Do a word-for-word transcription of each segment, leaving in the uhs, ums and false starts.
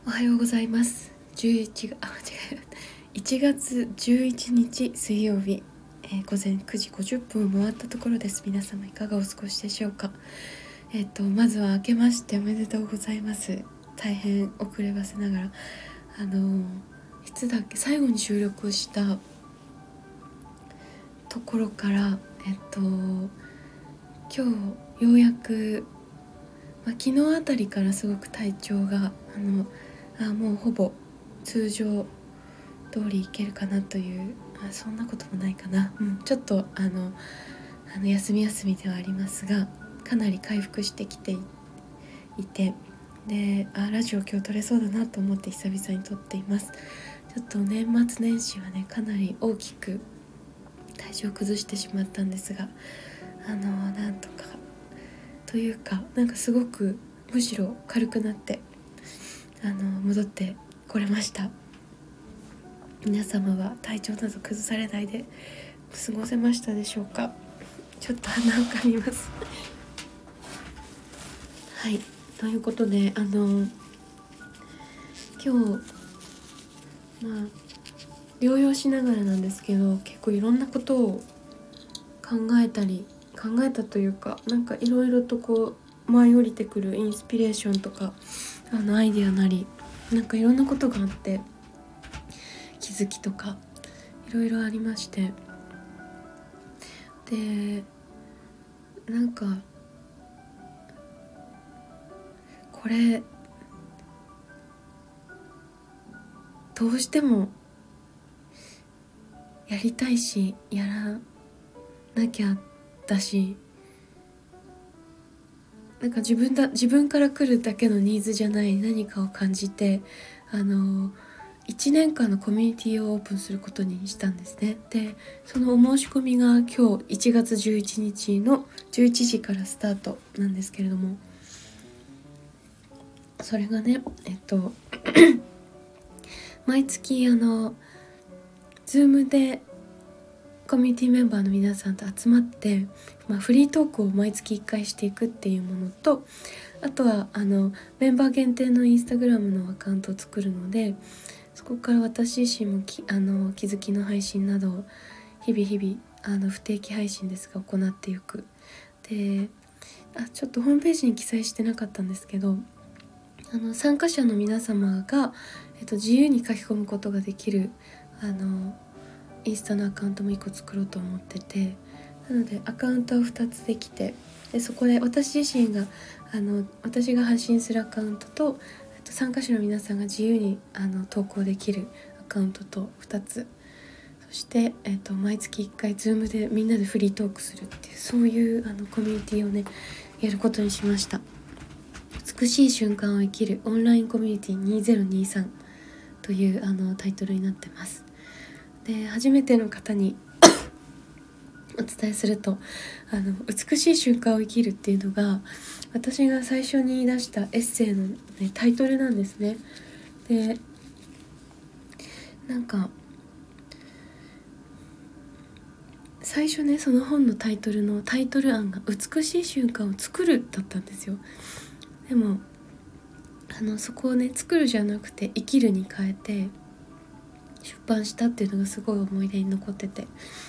おはようございます。じゅういちがあ違ういちがつじゅういちにち水曜日、えー、午前くじごじゅっぷんを回ったところです。皆様いかがお過ごしでしょうか。えっ、ー、とまずは明けましておめでとうございます。大変遅ればせながらあのー、いつだっけ最後に収録したところからえっ、ー、と今日ようやく、まあ、昨日あたりからすごく体調があのあもうほぼ通常通りいけるかなという、あそんなこともないかな、うん、ちょっとあのあの休み休みではありますがかなり回復してきていて、であラジオ今日撮れそうだなと思って久々に撮っています。ちょっと年末年始はねかなり大きく体調を崩してしまったんですが、あのなんとかというかなんかすごくむしろ軽くなってあの戻ってこれました。皆様は体調など崩されないで過ごせましたでしょうか。ちょっと鼻をかみますはいということであの今日まあ療養しながらなんですけど結構いろんなことを考えたり考えたというかなんかいろいろとこう舞い降りてくるインスピレーションとかあのアイディアなりなんかいろんなことがあって気づきとかいろいろありまして、でなんかこれどうしてもやりたいしやらなきゃだし、なんか自分だ自分から来るだけのニーズじゃない何かを感じて、あのいちねんかんのコミュニティをオープンすることにしたんですね。でそのお申し込みが今日いちがつじゅういちにちのじゅういちじからスタートなんですけれども、それがねえっと毎月あの Zoom でコミュニティメンバーの皆さんと集まって、まあ、フリートークを毎月いっかいしていくっていうものと、あとはあのメンバー限定のインスタグラムのアカウントを作るので、そこから私自身もきあの気づきの配信などを日々日々あの不定期配信ですが行っていく。であちょっとホームページに記載してなかったんですけど、あの参加者の皆様が、えっと、自由に書き込むことができるあのインスタのアカウントもいっこ作ろうと思ってて、なのでアカウントはふたつできて、でそこで私自身があの私が発信するアカウントと、あと参加者の皆さんが自由にあの投稿できるアカウントとふたつ、そして、えっと、毎月いっかい Zoom でみんなでフリートークするっていう、そういうあのコミュニティをねやることにしました。美しい瞬間を生きるオンラインコミュニティにせんにじゅうさんというあのタイトルになってます。で初めての方にお伝えすると、あの美しい瞬間を生きるっていうのが私が最初に出したエッセイの、ね、タイトルなんですね。でなんか最初ねその本のタイトルのタイトル案が美しい瞬間を作るだったんですよ。でもあのそこをね作るじゃなくて生きるに変えて出版したっていうのがすごい思い出に残ってて、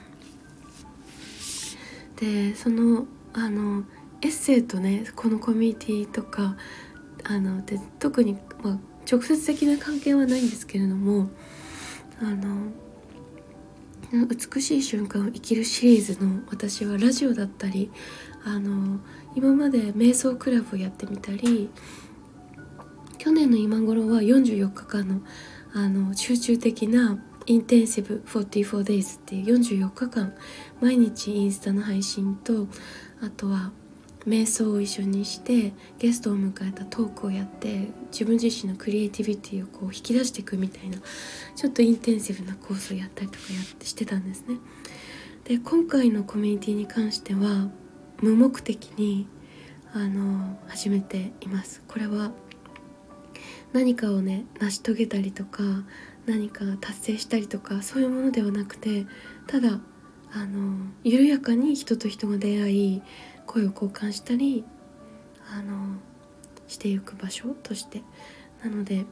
でそのあのエッセイとねこのコミュニティとかあので特に、まあ、直接的な関係はないんですけれども、あの美しい瞬間を生きるシリーズの私はラジオだったりあの今まで瞑想クラブをやってみたり、去年の今頃はよんじゅうよっかかんの、あの集中的なインテンシブよんじゅうよん days っていうよんじゅうよっかかん毎日インスタの配信と、あとは瞑想を一緒にしてゲストを迎えたトークをやって自分自身のクリエイティビティをこう引き出していくみたいなちょっとインテンシブなコースをやったりとかやってしてたんですね。で今回のコミュニティに関しては無目的にあの始めています。これは何かをね成し遂げたりとか何か達成したりとかそういうものではなくて、ただあの緩やかに人と人が出会い声を交換したりあのしていく場所としてなので、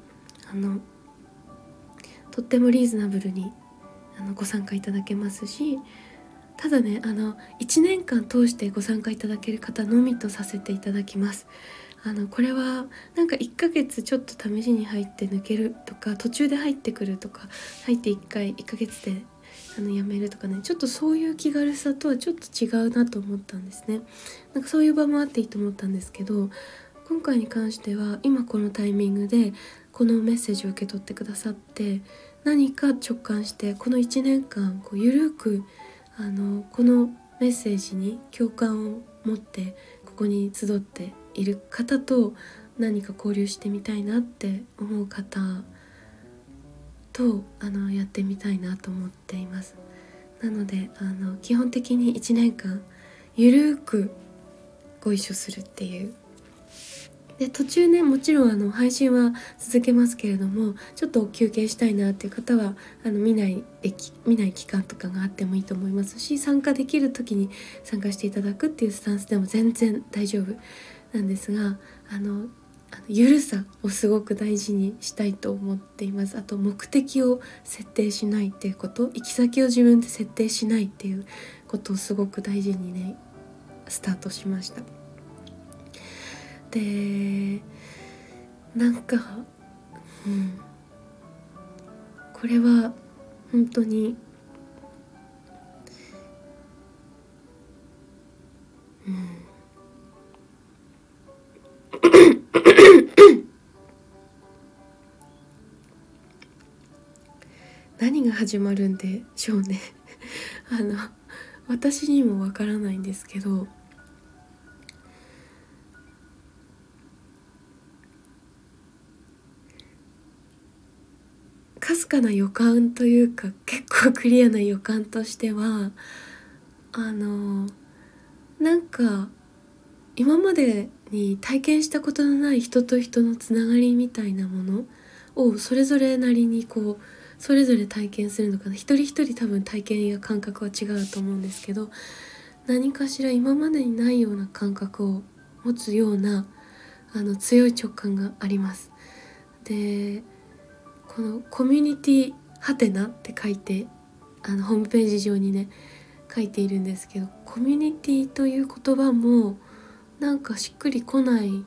あのとってもリーズナブルにあのご参加いただけますし、ただねあのいちねんかん通してご参加いただける方のみとさせていただきます。あのこれはなんかいっかげつちょっと試しに入って抜けるとか、途中で入ってくるとか、入っていっかいいっかげつであのやめるとかね、ちょっとそういう気軽さとはちょっと違うなと思ったんですね。なんかそういう場もあっていいと思ったんですけど、今回に関しては今このタイミングでこのメッセージを受け取ってくださって、何か直感してこのいちねんかんこうゆるくあのこのメッセージに共感を持ってここに集っている方と何か交流してみたいなって思う方とあのやってみたいなと思っています。なのであの基本的にいちねんかんゆるくご一緒するっていうで、途中ねもちろんあの配信は続けますけれども、ちょっと休憩したいなっていう方はあの見ないで見ない期間とかがあってもいいと思いますし、参加できる時に参加していただくっていうスタンスでも全然大丈夫なんですが、あのあのゆるさをすごく大事にしたいと思っています。あと目的を設定しないっていうこと、行き先を自分で設定しないっていうことをすごく大事にねスタートしました。でなんか、うん、これは本当に、うん、何が始まるんでしょうねあの私にもわからないんですけど、かすかな予感というか結構クリアな予感としては、あのなんか今までに体験したことのない人と人のつながりみたいなものをそれぞれなりにこうそれぞれ体験するのかな。一人一人多分体験や感覚は違うと思うんですけど、何かしら今までにないような感覚を持つようなあの強い直感があります。でこのコミュニティハテナって書いてあのホームページ上にね書いているんですけど、コミュニティという言葉もなんかしっくりこない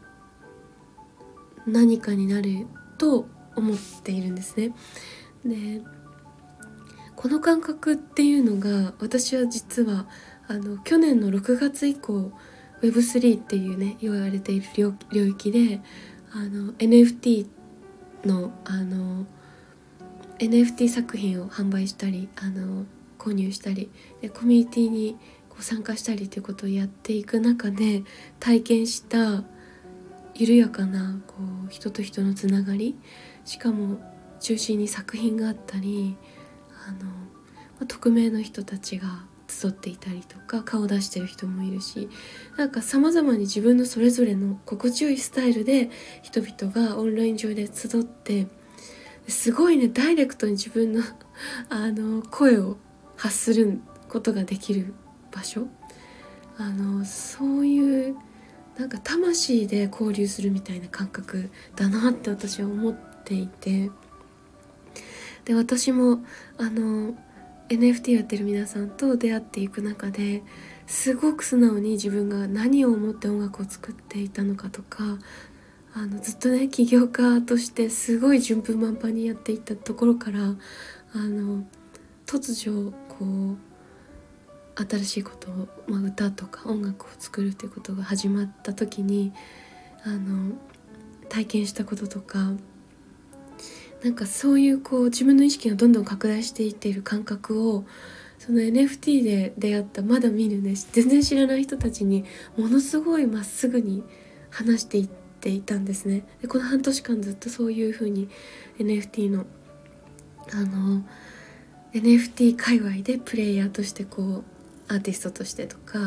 何かになると思っているんですね。でこの感覚っていうのが私は実はあの去年のろくがつ以降 ウェブスリー っていうね言われている領領域であの エヌエフティー のあの エヌエフティー 作品を販売したりあの購入したりでコミュニティにこう参加したりということをやっていく中で体験した緩やかなこう人と人のつながり、しかも中心に作品があったりあの、まあ、匿名の人たちが集っていたりとか顔を出してる人もいるし、なんか様々に自分のそれぞれの心地よいスタイルで人々がオンライン上で集ってすごいねダイレクトに自分のあの声を発することができる場所、あのそういうなんか魂で交流するみたいな感覚だなって私は思っていて、で私もあの エヌエフティー やってる皆さんと出会っていく中ですごく素直に自分が何を思って音楽を作っていたのかとか、あのずっとね起業家としてすごい順風満帆にやっていったところからあの突如こう新しいことを、まあ、歌とか音楽を作るっていうことが始まった時にあの体験したこととか、なんかそういうこう自分の意識がどんどん拡大していっている感覚をその エヌエフティー で出会ったまだ見ぬね全然知らない人たちにものすごいまっすぐに話していっていたんですね。でこの半年間ずっとそういう風に エヌエフティー のあの エヌエフティー 界隈でプレイヤーとしてこうアーティストとしてとかあ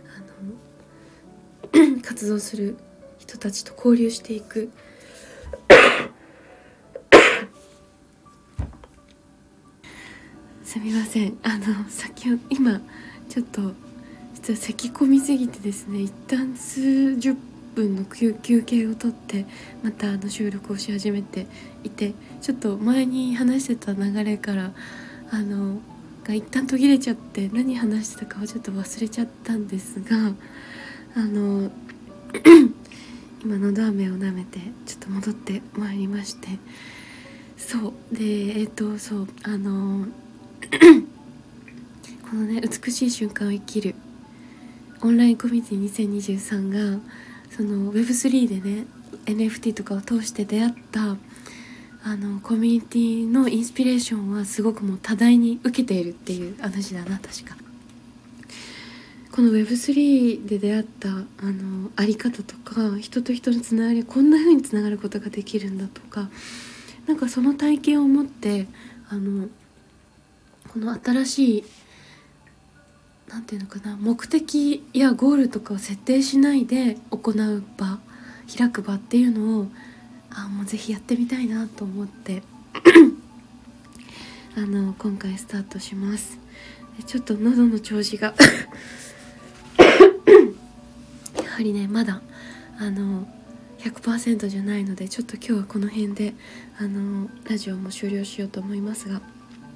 の活動する人たちと交流していくすみませんあの先ほど今ちょっと実は咳込みすぎてですね一旦数十ぷんの休憩を取ってまたあの収録をし始めていて、ちょっと前に話してた流れからあのが一旦途切れちゃって何話してたかをちょっと忘れちゃったんですが、あの今のど飴を舐めてちょっと戻ってまいりまして、そうでえっ、ー、とそうあのこのね美しい瞬間を生きるオンラインコミュニティにせんにじゅうさんがその ウェブスリー でね エヌエフティー とかを通して出会ったあのコミュニティのインスピレーションはすごくもう多大に受けているっていう話だな。確かこの ウェブスリー で出会ったあのあり方とか、人と人のつながり、こんな風につながることができるんだとか、なんかその体験を持ってあのこの新しいなんていうのかな、目的やゴールとかを設定しないで行う場、開く場っていうのをあもうぜひやってみたいなと思ってあの今回スタートします。ちょっと喉の調子がやはりねまだあの ひゃくパーセント じゃないので、ちょっと今日はこの辺であのラジオも終了しようと思いますが、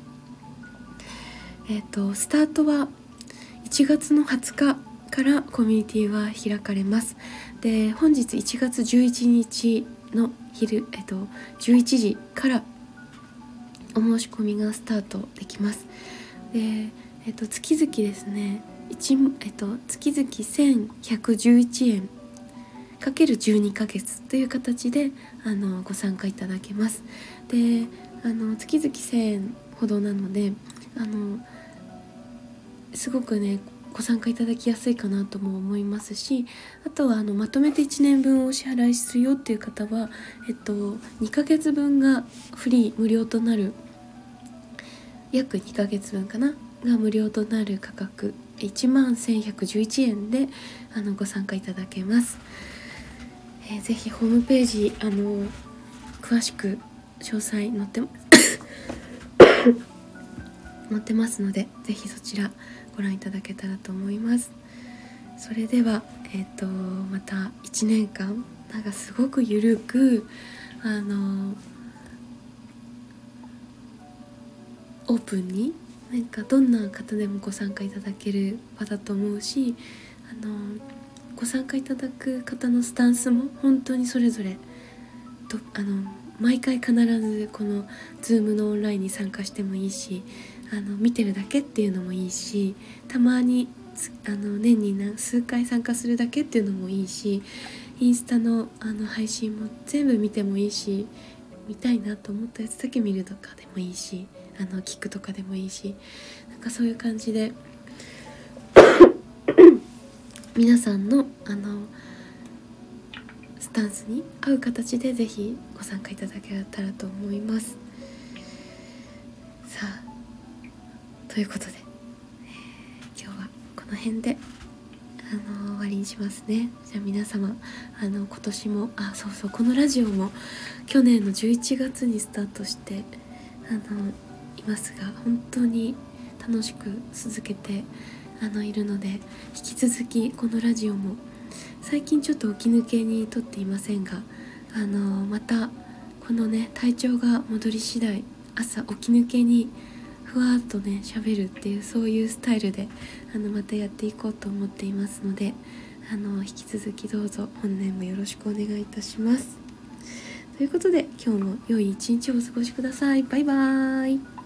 えっとスタートはいちがつのはつかからコミュニティは開かれます。で本日いちがつじゅういちにちの昼、えっと、じゅういちじからお申し込みがスタートできます。で、えっと、月々ですね1、えっと、月々せんひゃくじゅういちえんかけるじゅうにかげつという形であのご参加いただけます。であの月々せんえんほどなのであのすごくねご参加いただきやすいかなとも思いますし、あとはあのまとめていちねんぶんをお支払いするよっていう方は、えっと、にかげつぶんがフリー無料となる、約にかげつぶんかなが無料となる価格いちまんせんひゃくじゅういちえんであのご参加いただけます。えー、ぜひホームページあの詳しく詳細載って載ってますので、ぜひそちらご覧いただけたらと思います。それでは、えーと、またいちねんかんなんかすごくゆるくあのオープンになんかどんな方でもご参加いただける場だと思うし、あのご参加いただく方のスタンスも本当にそれぞれとあの毎回必ずこの Zoom のオンラインに参加してもいいし、あの見てるだけっていうのもいいし、たまにあの年に何数回参加するだけっていうのもいいし、インスタのあの配信も全部見てもいいし、見たいなと思ったやつだけ見るとかでもいいし、あの聞くとかでもいいし、なんかそういう感じで皆さんのあのスタンスに合う形でぜひご参加いただけたらと思います。さあということで、えー、今日はこの辺であの終わりにしますね。じゃあ皆様あの今年もあそうそうこのラジオも去年のじゅういちがつにスタートしてあのいますが、本当に楽しく続けてあのいるので、引き続きこのラジオも最近ちょっと起き抜けに撮っていませんが、あのまたこのね体調が戻り次第朝起き抜けにふわっとね喋るっていうそういうスタイルであのまたやっていこうと思っていますので、あの引き続きどうぞ本年もよろしくお願いいたします。ということで今日も良い一日をお過ごしください。バイバーイ。